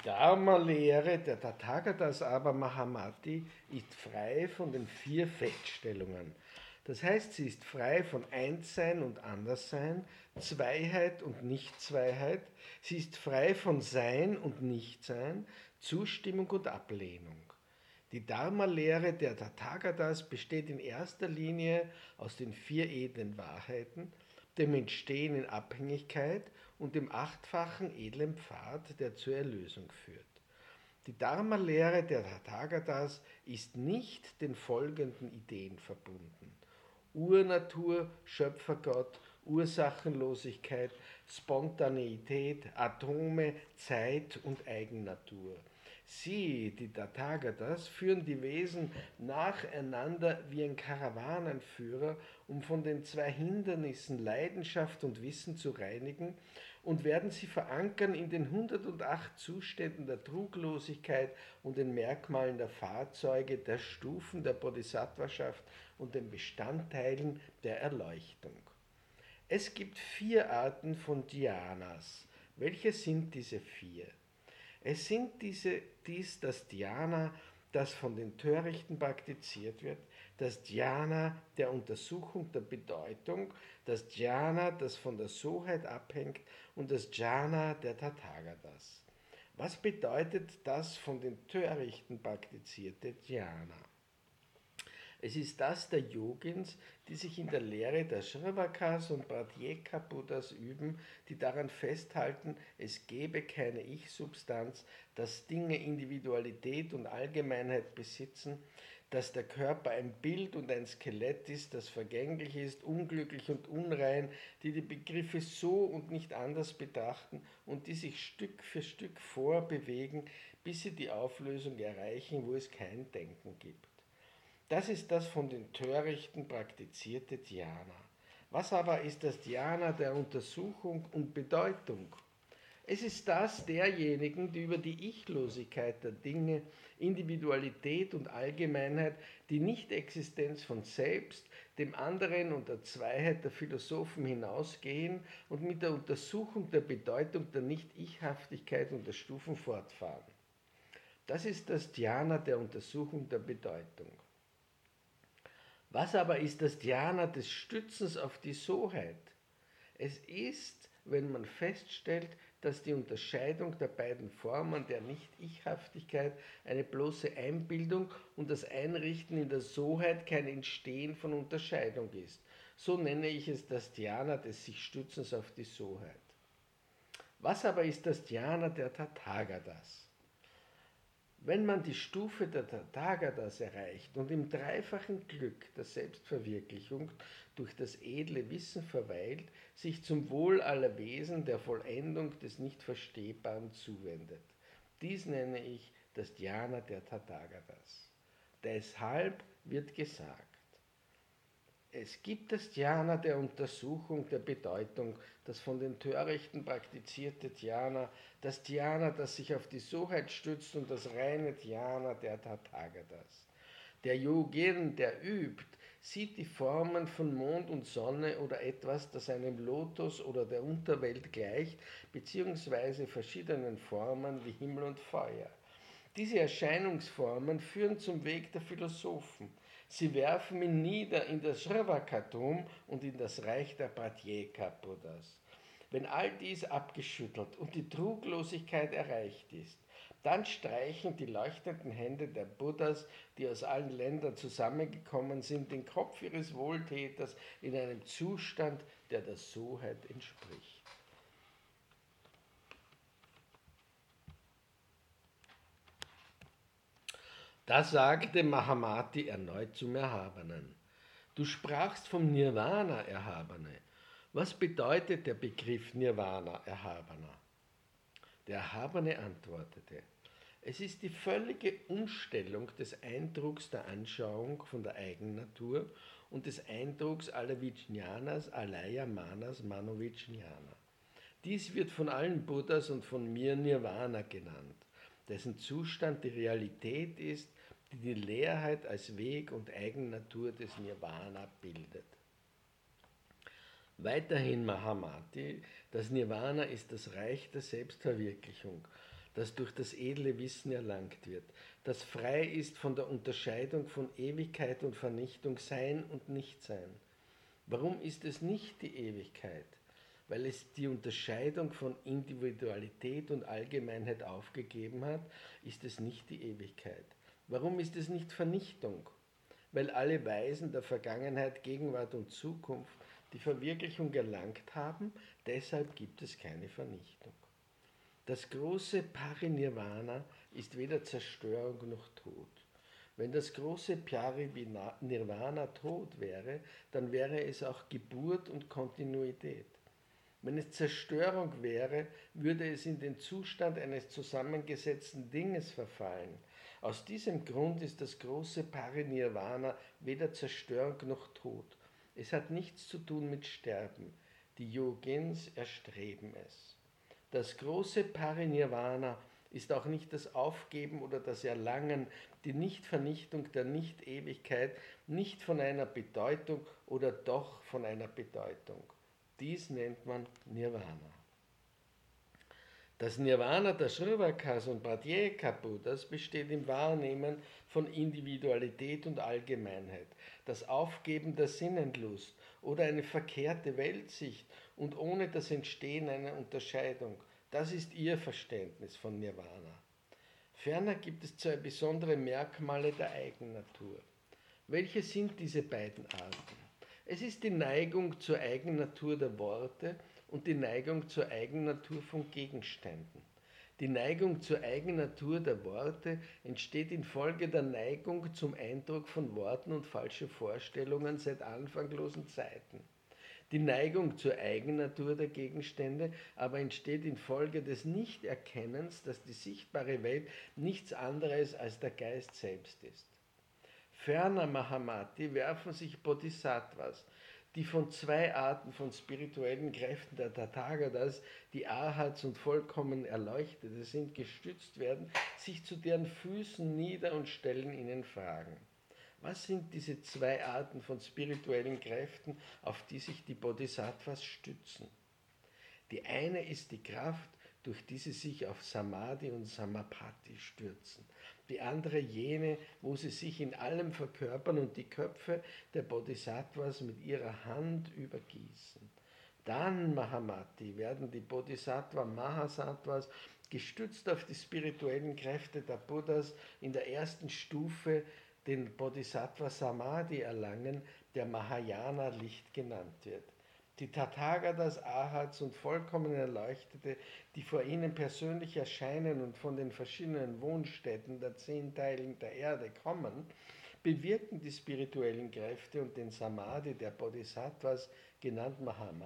Dharma-Lehre der Tathagatas aber Mahamati ist frei von den 4 Feststellungen. Das heißt, sie ist frei von Einssein und Anderssein, Zweiheit und Nichtzweiheit. Sie ist frei von Sein und Nichtsein, Zustimmung und Ablehnung. Die Dharma-Lehre der Tathagatas besteht in erster Linie aus den 4 edlen Wahrheiten, dem Entstehen in Abhängigkeit und dem 8-fachen edlen Pfad, der zur Erlösung führt. Die Dharma-Lehre der Tathagatas ist nicht den folgenden Ideen verbunden: Urnatur, Schöpfergott, Ursachenlosigkeit, Spontaneität, Atome, Zeit und Eigennatur. Sie, die Tathagatas, führen die Wesen nacheinander wie ein Karawanenführer, um von den 2 Hindernissen Leidenschaft und Wissen zu reinigen, und werden sie verankern in den 108 Zuständen der Truglosigkeit und den Merkmalen der Fahrzeuge, der Stufen der Bodhisattvaschaft und den Bestandteilen der Erleuchtung. Es gibt 4 Arten von Dhyanas. Welche sind diese 4? Es sind dies das Dhyana, das von den Törichten praktiziert wird, das Dhyana der Untersuchung der Bedeutung, das Dhyana, das von der Soheit abhängt, und das Dhyana der Tathagatas. Was bedeutet das von den Törichten praktizierte Dhyana? Es ist das der Yogins, die sich in der Lehre der Shravakas und Pratyeka-Buddhas üben, die daran festhalten, es gebe keine Ich-Substanz, dass Dinge Individualität und Allgemeinheit besitzen, dass der Körper ein Bild und ein Skelett ist, das vergänglich ist, unglücklich und unrein, die die Begriffe so und nicht anders betrachten und die sich Stück für Stück vorbewegen, bis sie die Auflösung erreichen, wo es kein Denken gibt. Das ist das von den Törichten praktizierte Dhyana. Was aber ist das Dhyana der Untersuchung und Bedeutung? Es ist das derjenigen, die über die Ichlosigkeit der Dinge, Individualität und Allgemeinheit, die Nichtexistenz von selbst, dem anderen und der Zweiheit der Philosophen hinausgehen und mit der Untersuchung der Bedeutung der Nicht-Ichhaftigkeit und der Stufen fortfahren. Das ist das Dhyana der Untersuchung der Bedeutung. Was aber ist das Dhyana des Stützens auf die Soheit? Es ist, wenn man feststellt, dass die Unterscheidung der beiden Formen der Nicht-Ichhaftigkeit eine bloße Einbildung und das Einrichten in der Soheit kein Entstehen von Unterscheidung ist. So nenne ich es das Dhyana des sich Stützens auf die Soheit. Was aber ist das Dhyana der Tathagatas? Wenn man die Stufe der Tathagatas erreicht und im dreifachen Glück der Selbstverwirklichung durch das edle Wissen verweilt, sich zum Wohl aller Wesen der Vollendung des Nicht-Verstehbaren zuwendet. Dies nenne ich das Dhyana der Tathagatas. Deshalb wird gesagt, es gibt das Dhyana der Untersuchung der Bedeutung, das von den Törichten praktizierte Dhyana, das Dhyana, das sich auf die Soheit stützt, und das reine Dhyana der Tathagatas. Der Yogin, der übt, sieht die Formen von Mond und Sonne oder etwas, das einem Lotus oder der Unterwelt gleicht, beziehungsweise verschiedenen Formen wie Himmel und Feuer. Diese Erscheinungsformen führen zum Weg der Philosophen. Sie werfen ihn nieder in das Sravakatum und in das Reich der Pratyeka-Buddhas. Wenn all dies abgeschüttelt und die Truglosigkeit erreicht ist, dann streichen die leuchtenden Hände der Buddhas, die aus allen Ländern zusammengekommen sind, den Kopf ihres Wohltäters in einem Zustand, der der Soheit entspricht. Da sagte Mahamati erneut zum Erhabenen: Du sprachst vom Nirvana, Erhabene. Was bedeutet der Begriff Nirvana, Erhabener? Der Erhabene antwortete: Es ist die völlige Umstellung des Eindrucks der Anschauung von der Eigennatur und des Eindrucks aller Vijnanas, alaya Manas, Manovijnana. Dies wird von allen Buddhas und von mir Nirvana genannt, dessen Zustand die Realität ist, die die Leerheit als Weg und Eigennatur des Nirvana bildet. Weiterhin Mahamati, das Nirvana ist das Reich der Selbstverwirklichung. das durch das edle Wissen erlangt wird, das frei ist von der Unterscheidung von Ewigkeit und Vernichtung, Sein und Nichtsein. Warum ist es nicht die Ewigkeit? Weil es die Unterscheidung von Individualität und Allgemeinheit aufgegeben hat, ist es nicht die Ewigkeit. Warum ist es nicht Vernichtung? Weil alle Weisen der Vergangenheit, Gegenwart und Zukunft die Verwirklichung erlangt haben, deshalb gibt es keine Vernichtung. Das große Parinirvana ist weder Zerstörung noch Tod. Wenn das große Parinirvana Tod wäre, dann wäre es auch Geburt und Kontinuität. Wenn es Zerstörung wäre, würde es in den Zustand eines zusammengesetzten Dinges verfallen. Aus diesem Grund ist das große Parinirvana weder Zerstörung noch Tod. Es hat nichts zu tun mit Sterben. Die Yogins erstreben es. Das große Parinirvana ist auch nicht das Aufgeben oder das Erlangen, die Nichtvernichtung der Nicht-Ewigkeit, nicht von einer Bedeutung oder doch von einer Bedeutung. Dies nennt man Nirvana. Das Nirvana der Shravakas und Pratyeka-Buddhas besteht im Wahrnehmen von Individualität und Allgemeinheit, das Aufgeben der Sinnenlust oder eine verkehrte Weltsicht und ohne das Entstehen einer Unterscheidung. Das ist ihr Verständnis von Nirvana. Ferner gibt es zwei besondere Merkmale der Eigennatur. Welche sind diese beiden Arten? Es ist die Neigung zur Eigennatur der Worte und die Neigung zur Eigennatur von Gegenständen. Die Neigung zur Eigennatur der Worte entsteht infolge der Neigung zum Eindruck von Worten und falschen Vorstellungen seit anfanglosen Zeiten. Die Neigung zur Eigennatur der Gegenstände aber entsteht infolge des Nichterkennens, dass die sichtbare Welt nichts anderes als der Geist selbst ist. Ferner, Mahamati, werfen sich Bodhisattvas, die von zwei Arten von spirituellen Kräften der Tathagatas, die Arhats und vollkommen Erleuchtete sind, gestützt werden, sich zu deren Füßen nieder und stellen ihnen Fragen. Was sind diese zwei Arten von spirituellen Kräften, auf die sich die Bodhisattvas stützen? Die eine ist die Kraft, durch die sie sich auf Samadhi und Samapati stürzen. Die andere jene, wo sie sich in allem verkörpern und die Köpfe der Bodhisattvas mit ihrer Hand übergießen. Dann, Mahamati, werden die Bodhisattva Mahasattvas, gestützt auf die spirituellen Kräfte der Buddhas, in der ersten Stufe den Bodhisattva Samadhi erlangen, der Mahayana-Licht genannt wird. Die Tathagatas, Arhats und vollkommen Erleuchtete, die vor ihnen persönlich erscheinen und von den verschiedenen Wohnstätten der 10 Teilen der Erde kommen, bewirken die spirituellen Kräfte und den Samadhi der Bodhisattvas, genannt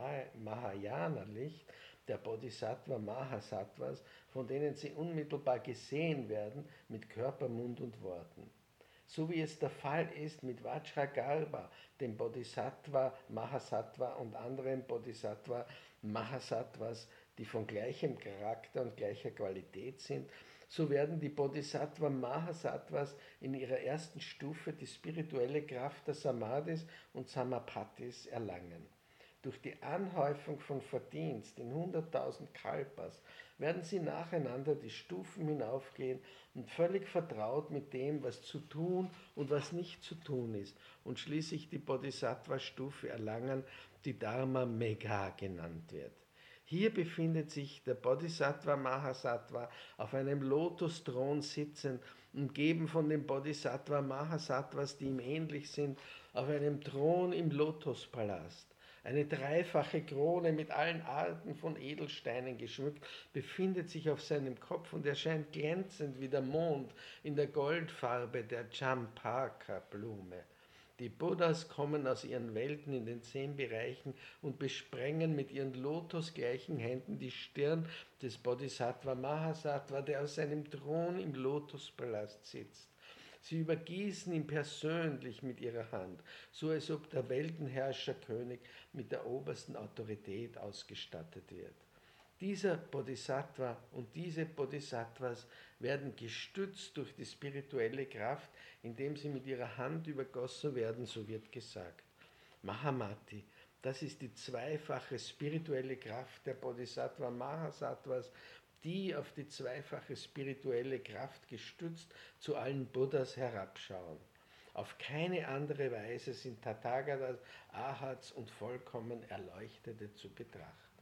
Mahayana-Licht, der Bodhisattva Mahasattvas, von denen sie unmittelbar gesehen werden mit Körper, Mund und Worten. So wie es der Fall ist mit Vajragarba, dem Bodhisattva Mahasattva und anderen Bodhisattva Mahasattvas, die von gleichem Charakter und gleicher Qualität sind, so werden die Bodhisattva Mahasattvas in ihrer ersten Stufe die spirituelle Kraft der Samadhis und Samapatis erlangen. Durch die Anhäufung von Verdienst in 100.000 Kalpas werden sie nacheinander die Stufen hinaufgehen und völlig vertraut mit dem, was zu tun und was nicht zu tun ist, und schließlich die Bodhisattva-Stufe erlangen, die Dharma Megha genannt wird. Hier befindet sich der Bodhisattva Mahasattva auf einem Lotusthron sitzend, umgeben von den Bodhisattva Mahasattvas, die ihm ähnlich sind, auf einem Thron im Lotuspalast. Eine dreifache Krone mit allen Arten von Edelsteinen geschmückt befindet sich auf seinem Kopf und erscheint glänzend wie der Mond in der Goldfarbe der Champaka-Blume. Die Buddhas kommen aus ihren Welten in den 10 Bereichen und besprengen mit ihren lotusgleichen Händen die Stirn des Bodhisattva Mahasattva, der auf seinem Thron im Lotuspalast sitzt. Sie übergießen ihn persönlich mit ihrer Hand, so als ob der Weltenherrscherkönig mit der obersten Autorität ausgestattet wird. Dieser Bodhisattva und diese Bodhisattvas werden gestützt durch die spirituelle Kraft, indem sie mit ihrer Hand übergossen werden, so wird gesagt. Mahamati, das ist die zweifache spirituelle Kraft der Bodhisattva Mahasattvas, die auf die zweifache spirituelle Kraft gestützt zu allen Buddhas herabschauen. Auf keine andere Weise sind Tathagatas, Arhats und vollkommen Erleuchtete zu betrachten.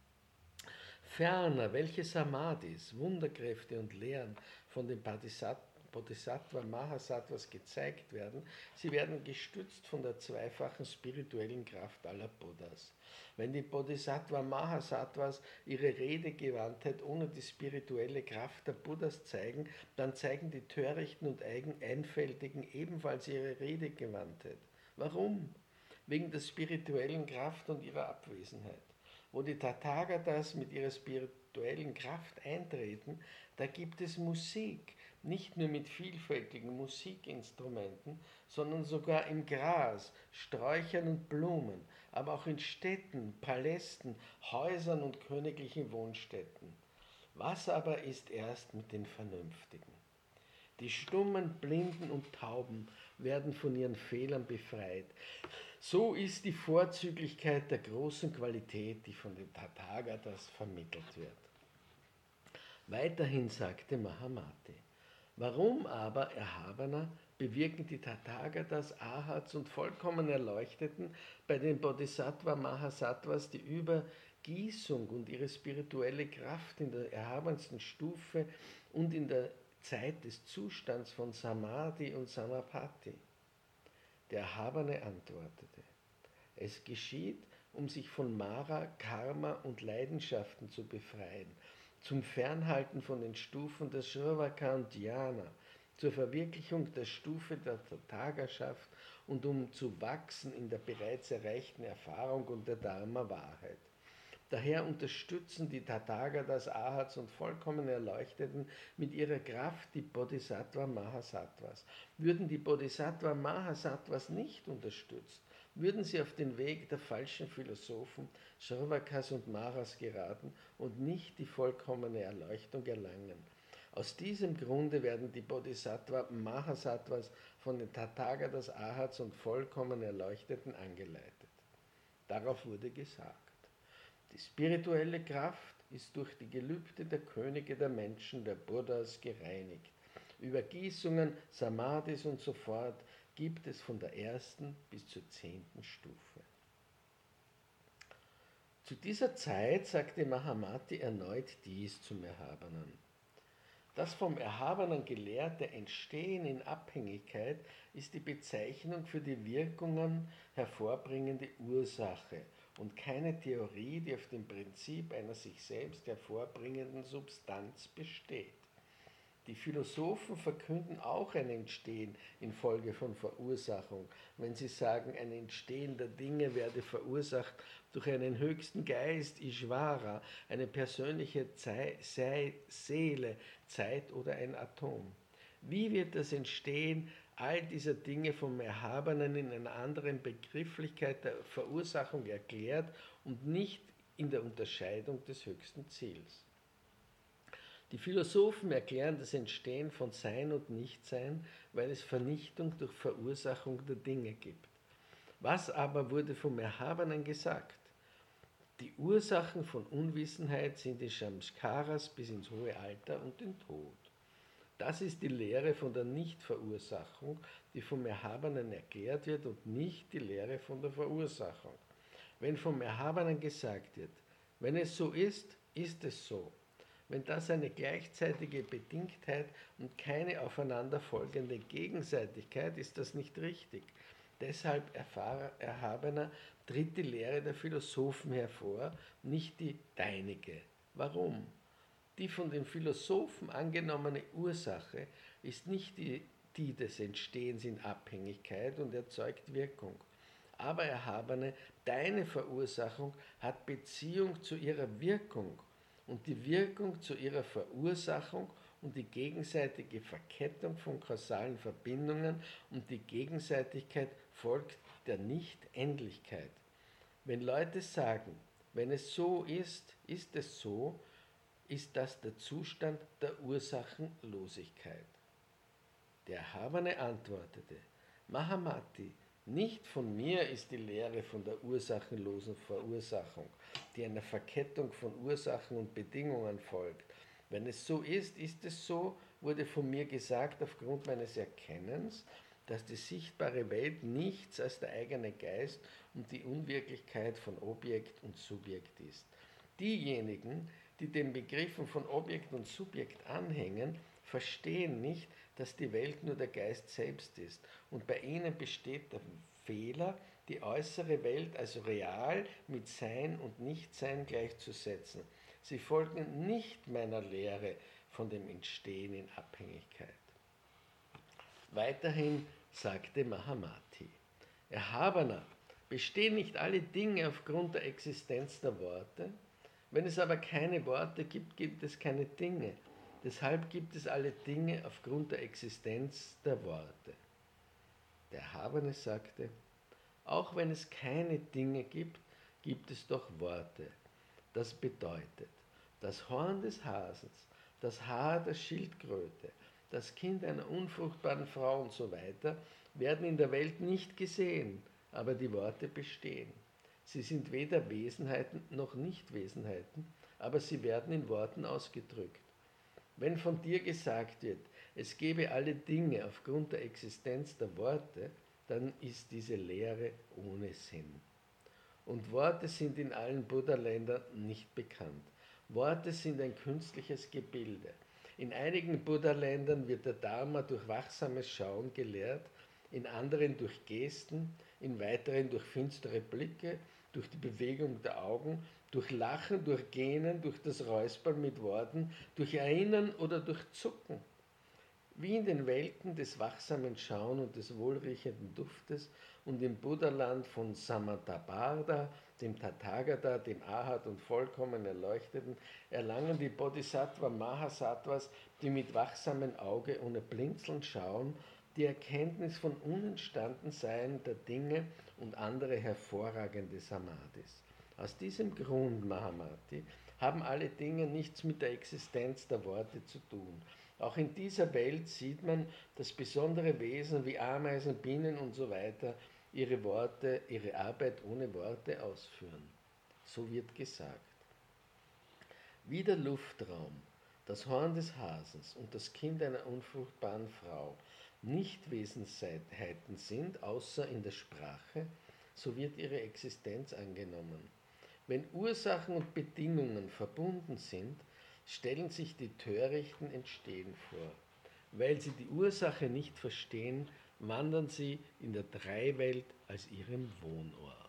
Ferner, welche Samadhis, Wunderkräfte und Lehren von den Bodhisattva Mahasattvas gezeigt werden, sie werden gestützt von der zweifachen spirituellen Kraft aller Buddhas. Wenn die Bodhisattva Mahasattvas ihre Redegewandtheit ohne die spirituelle Kraft der Buddhas zeigen, dann zeigen die Törichten und Einfältigen ebenfalls ihre Redegewandtheit. Warum? Wegen der spirituellen Kraft und ihrer Abwesenheit. Wo die Tathagatas mit ihrer spirituellen Kraft eintreten, da gibt es Musik, nicht nur mit vielfältigen Musikinstrumenten, sondern sogar im Gras, Sträuchern und Blumen, aber auch in Städten, Palästen, Häusern und königlichen Wohnstätten. Was aber ist erst mit den Vernünftigen? Die Stummen, Blinden und Tauben werden von ihren Fehlern befreit. So ist die Vorzüglichkeit der großen Qualität, die von den Tathagatas vermittelt wird. Weiterhin sagte Mahamati, warum aber, Erhabener, bewirken die Tathagatas, Arhats und vollkommen Erleuchteten bei den Bodhisattva Mahasattvas die Übergießung und ihre spirituelle Kraft in der erhabensten Stufe und in der Zeit des Zustands von Samadhi und Samapati? Der Erhabene antwortete, es geschieht, um sich von Mara, Karma und Leidenschaften zu befreien, zum Fernhalten von den Stufen der Shravaka und Dhyana, zur Verwirklichung der Stufe der Tathagaschaft und um zu wachsen in der bereits erreichten Erfahrung und der Dharma-Wahrheit. Daher unterstützen die Tathagatas, Arhats und vollkommen Erleuchteten mit ihrer Kraft die Bodhisattva Mahasattvas. Würden die Bodhisattva Mahasattvas nicht unterstützt, würden sie auf den Weg der falschen Philosophen, Shravakas und Maras geraten und nicht die vollkommene Erleuchtung erlangen. Aus diesem Grunde werden die Bodhisattva Mahasattvas von den Tathagatas, Arhats und vollkommen Erleuchteten angeleitet. Darauf wurde gesagt, die spirituelle Kraft ist durch die Gelübde der Könige der Menschen, der Buddhas, gereinigt. Übergießungen, Samadhis und so fort gibt es von der ersten bis zur 10. Stufe. Zu dieser Zeit sagte Mahamati erneut dies zum Erhabenen. Das vom Erhabenen gelehrte Entstehen in Abhängigkeit ist die Bezeichnung für die Wirkungen hervorbringende Ursache und keine Theorie, die auf dem Prinzip einer sich selbst hervorbringenden Substanz besteht. Die Philosophen verkünden auch ein Entstehen infolge von Verursachung, wenn sie sagen, ein Entstehen der Dinge werde verursacht durch einen höchsten Geist, Ishvara, eine persönliche Seele, Zeit oder ein Atom. Wie wird das Entstehen all dieser Dinge vom Erhabenen in einer anderen Begrifflichkeit der Verursachung erklärt und nicht in der Unterscheidung des höchsten Ziels? Die Philosophen erklären das Entstehen von Sein und Nichtsein, weil es Vernichtung durch Verursachung der Dinge gibt. Was aber wurde vom Erhabenen gesagt? Die Ursachen von Unwissenheit sind die Samskaras bis ins hohe Alter und den Tod. Das ist die Lehre von der Nichtverursachung, die vom Erhabenen erklärt wird und nicht die Lehre von der Verursachung. Wenn vom Erhabenen gesagt wird, wenn es so ist, ist es so. Wenn das eine gleichzeitige Bedingtheit und keine aufeinanderfolgende Gegenseitigkeit, ist das nicht richtig. Deshalb, Erhabener, tritt die Lehre der Philosophen hervor, nicht die deinige. Warum? Die von den Philosophen angenommene Ursache ist nicht die des Entstehens in Abhängigkeit und erzeugt Wirkung. Aber, Erhabene, deine Verursachung hat Beziehung zu ihrer Wirkung und die Wirkung zu ihrer Verursachung und die gegenseitige Verkettung von kausalen Verbindungen und die Gegenseitigkeit folgt der Nichtendlichkeit. Wenn Leute sagen, wenn es so ist, ist es so, ist das der Zustand der Ursachenlosigkeit. Der Erhabene antwortete, Mahamati, nicht von mir ist die Lehre von der ursachenlosen Verursachung, die einer Verkettung von Ursachen und Bedingungen folgt. Wenn es so ist, ist es so, wurde von mir gesagt aufgrund meines Erkennens, dass die sichtbare Welt nichts als der eigene Geist und die Unwirklichkeit von Objekt und Subjekt ist. Diejenigen, die den Begriffen von Objekt und Subjekt anhängen, verstehen nicht, dass die Welt nur der Geist selbst ist. Und bei ihnen besteht der Fehler, die äußere Welt als real mit Sein und Nichtsein gleichzusetzen. Sie folgen nicht meiner Lehre von dem Entstehen in Abhängigkeit. Weiterhin sagte Mahamati, Erhabener, bestehen nicht alle Dinge aufgrund der Existenz der Worte? Wenn es aber keine Worte gibt, gibt es keine Dinge. Deshalb gibt es alle Dinge aufgrund der Existenz der Worte. Der Erhabene sagte, auch wenn es keine Dinge gibt, gibt es doch Worte. Das bedeutet, das Horn des Hasens, das Haar der Schildkröte, das Kind einer unfruchtbaren Frau und so weiter werden in der Welt nicht gesehen, aber die Worte bestehen. Sie sind weder Wesenheiten noch Nichtwesenheiten, aber sie werden in Worten ausgedrückt. Wenn von dir gesagt wird, es gebe alle Dinge aufgrund der Existenz der Worte, dann ist diese Lehre ohne Sinn. Und Worte sind in allen Buddha-Ländern nicht bekannt. Worte sind ein künstliches Gebilde. In einigen Buddha-Ländern wird der Dharma durch wachsames Schauen gelehrt, in anderen durch Gesten, in weiteren durch finstere Blicke, durch die Bewegung der Augen, durch Lachen, durch Gähnen, durch das Räuspern mit Worten, durch Erinnern oder durch Zucken. Wie in den Welten des wachsamen Schauen und des wohlriechenden Duftes und im Buddhaland von Samantabhadra, dem Tathagata, dem Arhat und vollkommen Erleuchteten, erlangen die Bodhisattva Mahasattvas, die mit wachsamem Auge ohne Blinzeln schauen, die Erkenntnis von Unentstandensein der Dinge und andere hervorragende Samadhis. Aus diesem Grund, Mahamati, haben alle Dinge nichts mit der Existenz der Worte zu tun. Auch in dieser Welt sieht man, dass besondere Wesen wie Ameisen, Bienen und so weiter ihre Arbeit ohne Worte ausführen. So wird gesagt. Wie der Luftraum, das Horn des Hasens und das Kind einer unfruchtbaren Frau nicht Wesenheiten sind, außer in der Sprache, so wird ihre Existenz angenommen. Wenn Ursachen und Bedingungen verbunden sind, stellen sich die Törichten Entstehen vor. Weil sie die Ursache nicht verstehen, wandern sie in der Dreiwelt als ihrem Wohnort.